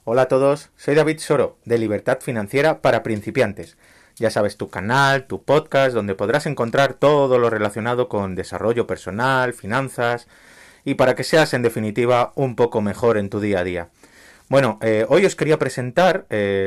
Hola a todos, soy David Soro, de Libertad Financiera para Principiantes. Ya sabes, tu canal, tu podcast, donde podrás encontrar todo lo relacionado con desarrollo personal, finanzas, y para que seas, en definitiva, un poco mejor en tu día a día. Bueno, hoy os quería presentar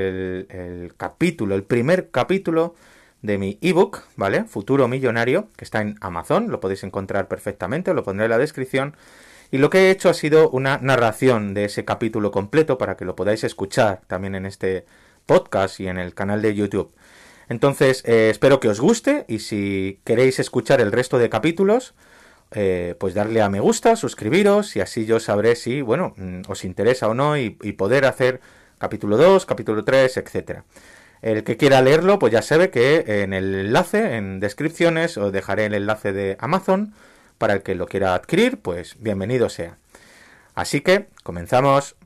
el primer capítulo de mi ebook, ¿vale? Futuro Millonario, que está en Amazon, lo podéis encontrar perfectamente, lo pondré en la descripción. Y lo que he hecho ha sido una narración de ese capítulo completo para que lo podáis escuchar también en este podcast y en el canal de YouTube. Entonces, espero que os guste y si queréis escuchar el resto de capítulos, pues darle a me gusta, suscribiros y así yo sabré si, bueno, os interesa o no y poder hacer capítulo 2, capítulo 3, etcétera. El que quiera leerlo, pues ya sabe que en el enlace, en descripciones, os dejaré el enlace de Amazon. Para el que lo quiera adquirir, pues bienvenido sea. Así que, comenzamos.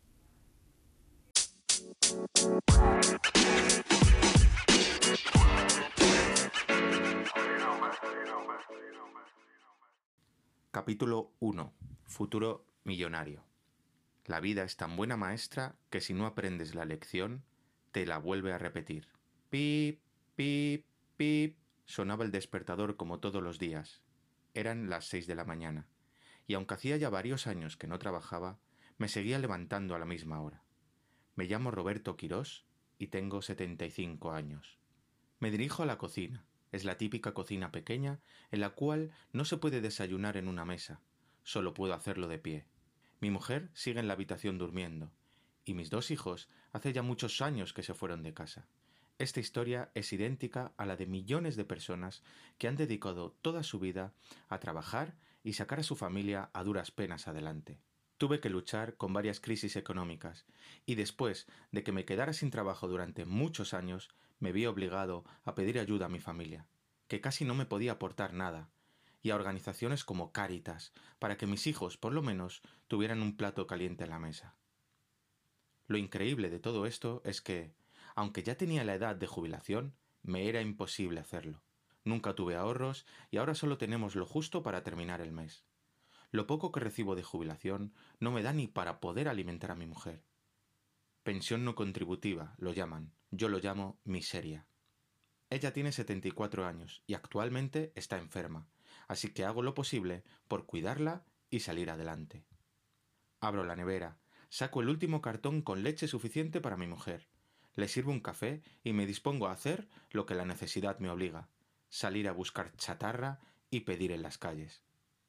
Capítulo 1. Futuro millonario. La vida es tan buena maestra que si no aprendes la lección, te la vuelve a repetir. Pip, pip, pip. Sonaba el despertador como todos los días. Eran las 6 de la mañana, y aunque hacía ya varios años que no trabajaba, me seguía levantando a la misma hora. Me llamo Roberto Quirós y tengo 75 años. Me dirijo a la cocina. Es la típica cocina pequeña en la cual no se puede desayunar en una mesa. Solo puedo hacerlo de pie. Mi mujer sigue en la habitación durmiendo, y mis dos hijos hace ya muchos años que se fueron de casa. Esta historia es idéntica a la de millones de personas que han dedicado toda su vida a trabajar y sacar a su familia a duras penas adelante. Tuve que luchar con varias crisis económicas y después de que me quedara sin trabajo durante muchos años, me vi obligado a pedir ayuda a mi familia, que casi no me podía aportar nada, y a organizaciones como Cáritas, para que mis hijos, por lo menos, tuvieran un plato caliente en la mesa. Lo increíble de todo esto es que, aunque ya tenía la edad de jubilación, me era imposible hacerlo. Nunca tuve ahorros y ahora solo tenemos lo justo para terminar el mes. Lo poco que recibo de jubilación no me da ni para poder alimentar a mi mujer. Pensión no contributiva, lo llaman. Yo lo llamo miseria. Ella tiene 74 años y actualmente está enferma, así que hago lo posible por cuidarla y salir adelante. Abro la nevera, saco el último cartón con leche suficiente para mi mujer, le sirvo un café y me dispongo a hacer lo que la necesidad me obliga, salir a buscar chatarra y pedir en las calles.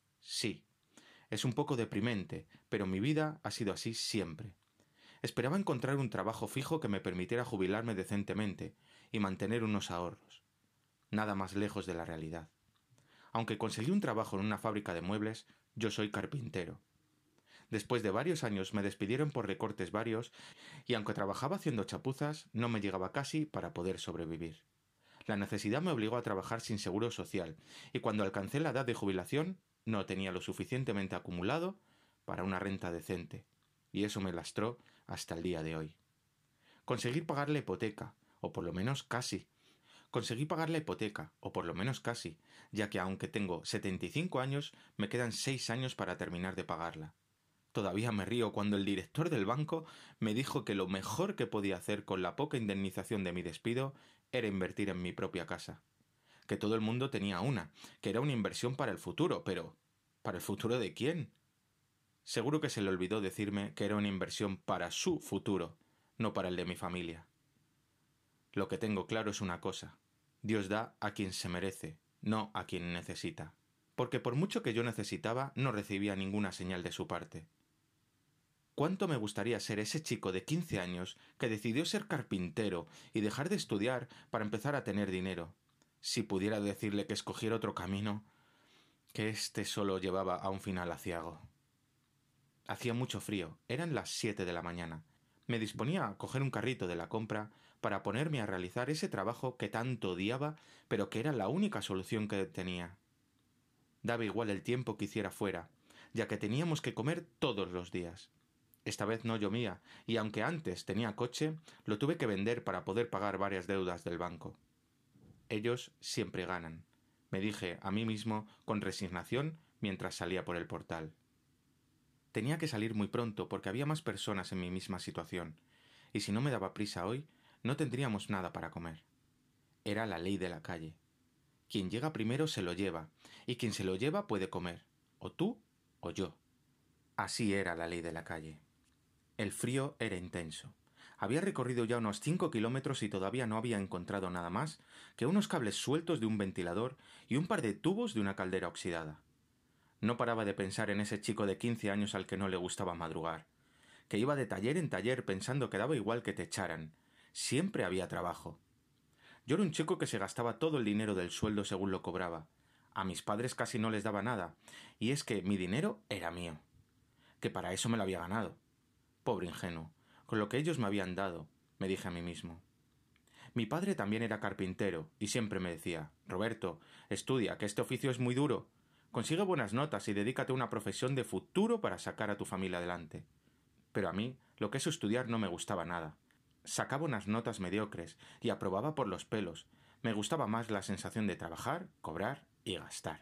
Sí, es un poco deprimente, pero mi vida ha sido así siempre. Esperaba encontrar un trabajo fijo que me permitiera jubilarme decentemente y mantener unos ahorros. Nada más lejos de la realidad. Aunque conseguí un trabajo en una fábrica de muebles, yo soy carpintero. Después de varios años me despidieron por recortes varios y aunque trabajaba haciendo chapuzas, no me llegaba casi para poder sobrevivir. La necesidad me obligó a trabajar sin seguro social y cuando alcancé la edad de jubilación no tenía lo suficientemente acumulado para una renta decente, y eso me lastró hasta el día de hoy. Conseguí pagar la hipoteca, o por lo menos casi. Conseguí pagar la hipoteca, o por lo menos casi, ya que aunque tengo 75 años, me quedan 6 años para terminar de pagarla. Todavía me río cuando el director del banco me dijo que lo mejor que podía hacer con la poca indemnización de mi despido era invertir en mi propia casa. Que todo el mundo tenía una, que era una inversión para el futuro, pero ¿para el futuro de quién? Seguro que se le olvidó decirme que era una inversión para su futuro, no para el de mi familia. Lo que tengo claro es una cosa. Dios da a quien se merece, no a quien necesita. Porque por mucho que yo necesitaba, no recibía ninguna señal de su parte. ¿Cuánto me gustaría ser ese chico de 15 años que decidió ser carpintero y dejar de estudiar para empezar a tener dinero? Si pudiera decirle que escogiera otro camino, que éste solo llevaba a un final aciago. Hacía mucho frío, eran las 7 de la mañana. Me disponía a coger un carrito de la compra para ponerme a realizar ese trabajo que tanto odiaba, pero que era la única solución que tenía. Daba igual el tiempo que hiciera fuera, ya que teníamos que comer todos los días. Esta vez no llovía, y aunque antes tenía coche, lo tuve que vender para poder pagar varias deudas del banco. Ellos siempre ganan, me dije a mí mismo con resignación mientras salía por el portal. Tenía que salir muy pronto porque había más personas en mi misma situación, y si no me daba prisa hoy, no tendríamos nada para comer. Era la ley de la calle. Quien llega primero se lo lleva, y quien se lo lleva puede comer, o tú o yo. Así era la ley de la calle. El frío era intenso. Había recorrido ya unos 5 kilómetros y todavía no había encontrado nada más que unos cables sueltos de un ventilador y un par de tubos de una caldera oxidada. No paraba de pensar en ese chico de 15 años al que no le gustaba madrugar, que iba de taller en taller pensando que daba igual que te echaran. Siempre había trabajo. Yo era un chico que se gastaba todo el dinero del sueldo según lo cobraba. A mis padres casi no les daba nada, y es que mi dinero era mío, que para eso me lo había ganado. Pobre ingenuo, con lo que ellos me habían dado, me dije a mí mismo. Mi padre también era carpintero, y siempre me decía, Roberto, estudia, que este oficio es muy duro. Consigue buenas notas y dedícate a una profesión de futuro para sacar a tu familia adelante. Pero a mí, lo que es estudiar no me gustaba nada. Sacaba unas notas mediocres y aprobaba por los pelos. Me gustaba más la sensación de trabajar, cobrar y gastar.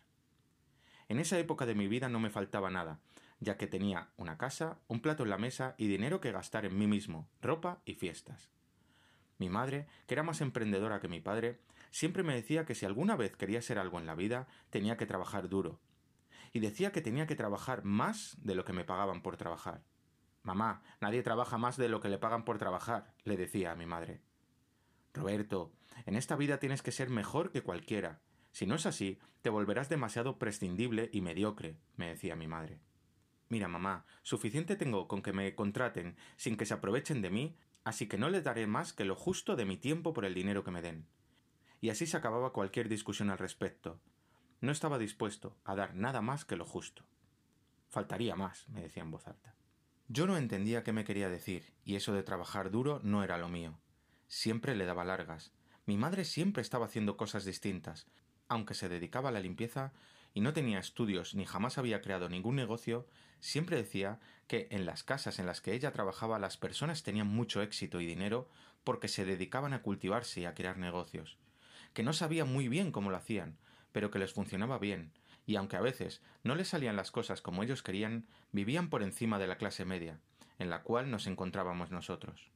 En esa época de mi vida no me faltaba nada, ya que tenía una casa, un plato en la mesa y dinero que gastar en mí mismo, ropa y fiestas. Mi madre, que era más emprendedora que mi padre, siempre me decía que si alguna vez quería ser algo en la vida, tenía que trabajar duro. Y decía que tenía que trabajar más de lo que me pagaban por trabajar. Mamá, nadie trabaja más de lo que le pagan por trabajar, le decía a mi madre. Roberto, en esta vida tienes que ser mejor que cualquiera. Si no es así, te volverás demasiado prescindible y mediocre, me decía mi madre. Mira, mamá, suficiente tengo con que me contraten sin que se aprovechen de mí, así que no les daré más que lo justo de mi tiempo por el dinero que me den. Y así se acababa cualquier discusión al respecto. No estaba dispuesto a dar nada más que lo justo. Faltaría más, me decía en voz alta. Yo no entendía qué me quería decir, y eso de trabajar duro no era lo mío. Siempre le daba largas. Mi madre siempre estaba haciendo cosas distintas. Aunque se dedicaba a la limpieza y no tenía estudios ni jamás había creado ningún negocio, siempre decía que en las casas en las que ella trabajaba las personas tenían mucho éxito y dinero porque se dedicaban a cultivarse y a crear negocios, que no sabían muy bien cómo lo hacían, pero que les funcionaba bien, y aunque a veces no les salían las cosas como ellos querían, vivían por encima de la clase media, en la cual nos encontrábamos nosotros.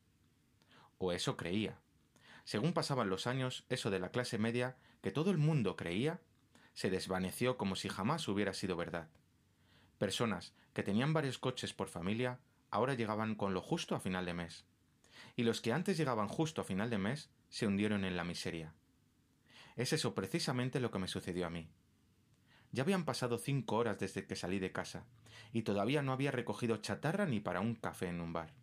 O eso creía. Según pasaban los años, eso de la clase media, que todo el mundo creía, se desvaneció como si jamás hubiera sido verdad. Personas que tenían varios coches por familia, ahora llegaban con lo justo a final de mes. Y los que antes llegaban justo a final de mes, se hundieron en la miseria. Es eso precisamente lo que me sucedió a mí. Ya habían pasado 5 horas desde que salí de casa, y todavía no había recogido chatarra ni para un café en un bar.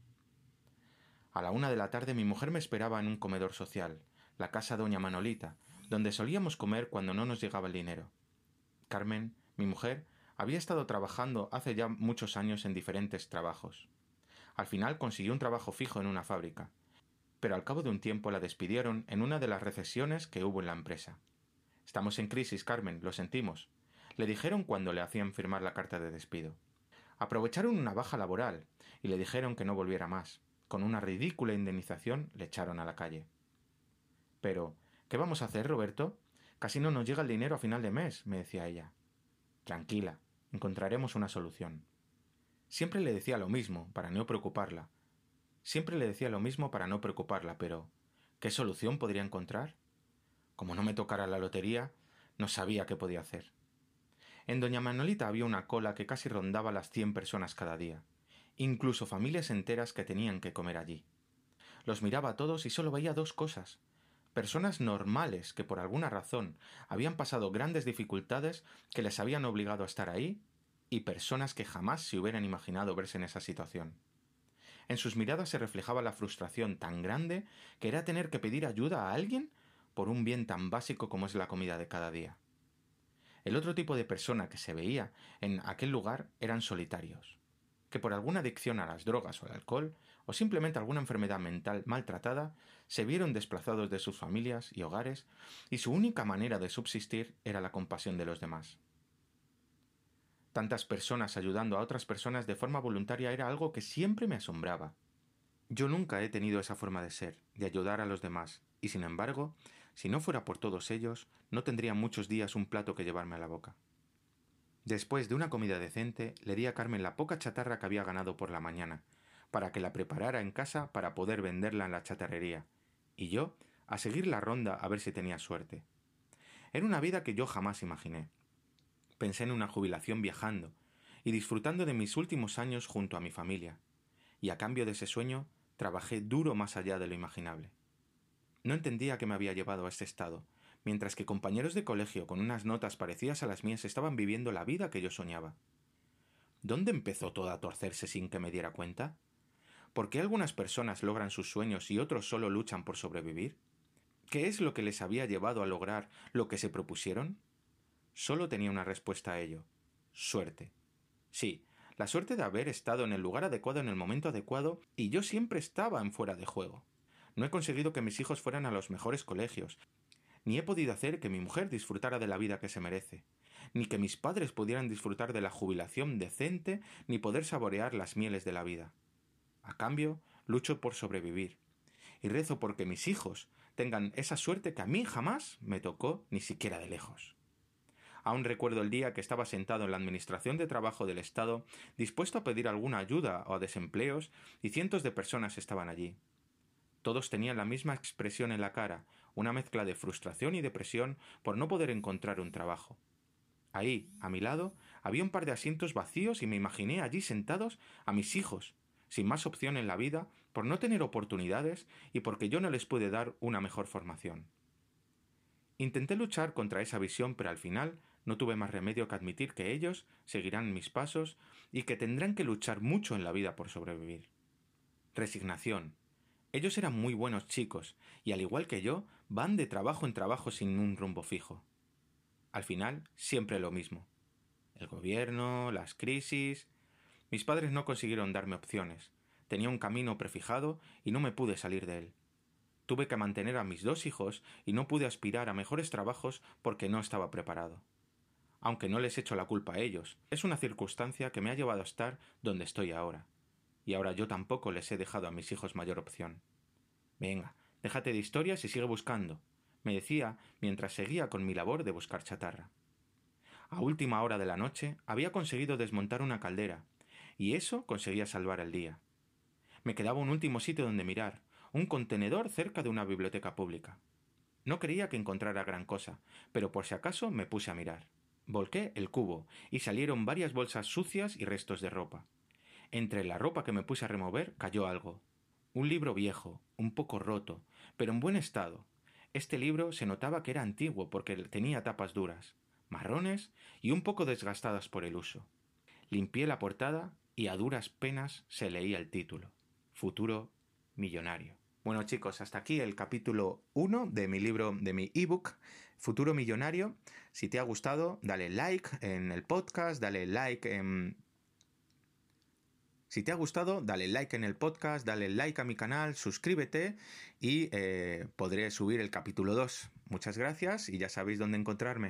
A la 1 de la tarde mi mujer me esperaba en un comedor social, la casa Doña Manolita, donde solíamos comer cuando no nos llegaba el dinero. Carmen, mi mujer, había estado trabajando hace ya muchos años en diferentes trabajos. Al final consiguió un trabajo fijo en una fábrica, pero al cabo de un tiempo la despidieron en una de las recesiones que hubo en la empresa. Estamos en crisis, Carmen, lo sentimos, le dijeron cuando le hacían firmar la carta de despido. Aprovecharon una baja laboral y le dijeron que no volviera más. Con una ridícula indemnización le echaron a la calle. Pero, ¿qué vamos a hacer, Roberto? Casi no nos llega el dinero a final de mes, me decía ella. Tranquila, encontraremos una solución. Siempre le decía lo mismo, para no preocuparla. Siempre le decía lo mismo para no preocuparla, pero ¿qué solución podría encontrar? Como no me tocara la lotería, no sabía qué podía hacer. En Doña Manolita había una cola que casi rondaba las 100 personas cada día, incluso familias enteras que tenían que comer allí. Los miraba a todos y solo veía dos cosas: personas normales que por alguna razón habían pasado grandes dificultades que les habían obligado a estar ahí, y personas que jamás se hubieran imaginado verse en esa situación. En sus miradas se reflejaba la frustración tan grande que era tener que pedir ayuda a alguien por un bien tan básico como es la comida de cada día. El otro tipo de persona que se veía en aquel lugar eran solitarios, que por alguna adicción a las drogas o al alcohol, o simplemente alguna enfermedad mental maltratada, se vieron desplazados de sus familias y hogares, y su única manera de subsistir era la compasión de los demás. Tantas personas ayudando a otras personas de forma voluntaria era algo que siempre me asombraba. Yo nunca he tenido esa forma de ser, de ayudar a los demás, y sin embargo, si no fuera por todos ellos, no tendría muchos días un plato que llevarme a la boca. Después de una comida decente, le di a Carmen la poca chatarra que había ganado por la mañana, para que la preparara en casa para poder venderla en la chatarrería, y yo a seguir la ronda a ver si tenía suerte. Era una vida que yo jamás imaginé. Pensé en una jubilación viajando y disfrutando de mis últimos años junto a mi familia, y a cambio de ese sueño trabajé duro más allá de lo imaginable. No entendía qué me había llevado a este estado, mientras que compañeros de colegio con unas notas parecidas a las mías estaban viviendo la vida que yo soñaba. ¿Dónde empezó todo a torcerse sin que me diera cuenta? ¿Por qué algunas personas logran sus sueños y otros solo luchan por sobrevivir? ¿Qué es lo que les había llevado a lograr lo que se propusieron? Solo tenía una respuesta a ello: suerte. Sí, la suerte de haber estado en el lugar adecuado en el momento adecuado, y yo siempre estaba en fuera de juego. No he conseguido que mis hijos fueran a los mejores colegios, ni he podido hacer que mi mujer disfrutara de la vida que se merece, ni que mis padres pudieran disfrutar de la jubilación decente, ni poder saborear las mieles de la vida. A cambio, lucho por sobrevivir, y rezo porque mis hijos tengan esa suerte que a mí jamás me tocó ni siquiera de lejos. Aún recuerdo el día que estaba sentado en la Administración de Trabajo del Estado, dispuesto a pedir alguna ayuda o a desempleos, y cientos de personas estaban allí. Todos tenían la misma expresión en la cara, una mezcla de frustración y depresión por no poder encontrar un trabajo. Ahí, a mi lado, había un par de asientos vacíos y me imaginé allí sentados a mis hijos, sin más opción en la vida, por no tener oportunidades y porque yo no les pude dar una mejor formación. Intenté luchar contra esa visión, pero al final no tuve más remedio que admitir que ellos seguirán mis pasos y que tendrán que luchar mucho en la vida por sobrevivir. Resignación. Ellos eran muy buenos chicos, y al igual que yo, van de trabajo en trabajo sin un rumbo fijo. Al final, siempre lo mismo. El gobierno, las crisis... Mis padres no consiguieron darme opciones. Tenía un camino prefijado y no me pude salir de él. Tuve que mantener a mis 2 hijos y no pude aspirar a mejores trabajos porque no estaba preparado. Aunque no les echo la culpa a ellos, es una circunstancia que me ha llevado a estar donde estoy ahora. Y ahora yo tampoco les he dejado a mis hijos mayor opción. Venga, déjate de historias y sigue buscando, me decía mientras seguía con mi labor de buscar chatarra. A última hora de la noche había conseguido desmontar una caldera, y eso conseguía salvar el día. Me quedaba un último sitio donde mirar, un contenedor cerca de una biblioteca pública. No creía que encontrara gran cosa, pero por si acaso me puse a mirar. Volqué el cubo y salieron varias bolsas sucias y restos de ropa. Entre la ropa que me puse a remover cayó algo. Un libro viejo, un poco roto, pero en buen estado. Este libro se notaba que era antiguo porque tenía tapas duras, marrones y un poco desgastadas por el uso. Limpié la portada y a duras penas se leía el título: Futuro millonario. Bueno, chicos, hasta aquí el capítulo 1 de mi libro, de mi ebook Futuro millonario. Si te ha gustado, dale like en el podcast, dale like en... Si te ha gustado, dale like en el podcast, dale like a mi canal, suscríbete y podré subir el capítulo 2. Muchas gracias y ya sabéis dónde encontrarme.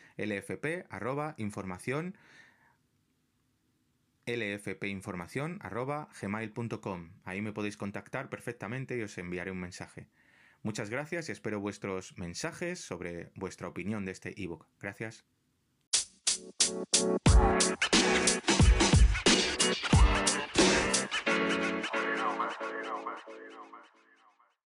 lfpinformacion@gmail.com. Ahí me podéis contactar perfectamente y os enviaré un mensaje. Muchas gracias y espero vuestros mensajes sobre vuestra opinión de este ebook. Gracias.